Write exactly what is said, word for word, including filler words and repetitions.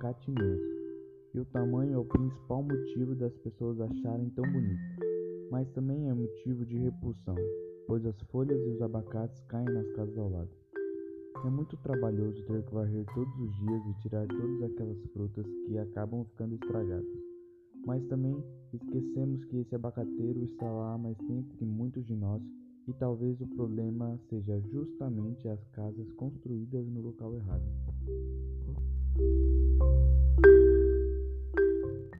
abacate imenso, e o tamanho é o principal motivo das pessoas acharem tão bonito, mas também é motivo de repulsão, pois as folhas e os abacates caem nas casas ao lado. É muito trabalhoso ter que varrer todos os dias e tirar todas aquelas frutas que acabam ficando estragadas. Mas também esquecemos que esse abacateiro está lá há mais tempo que muitos de nós, e talvez o problema seja justamente as casas construídas no local errado.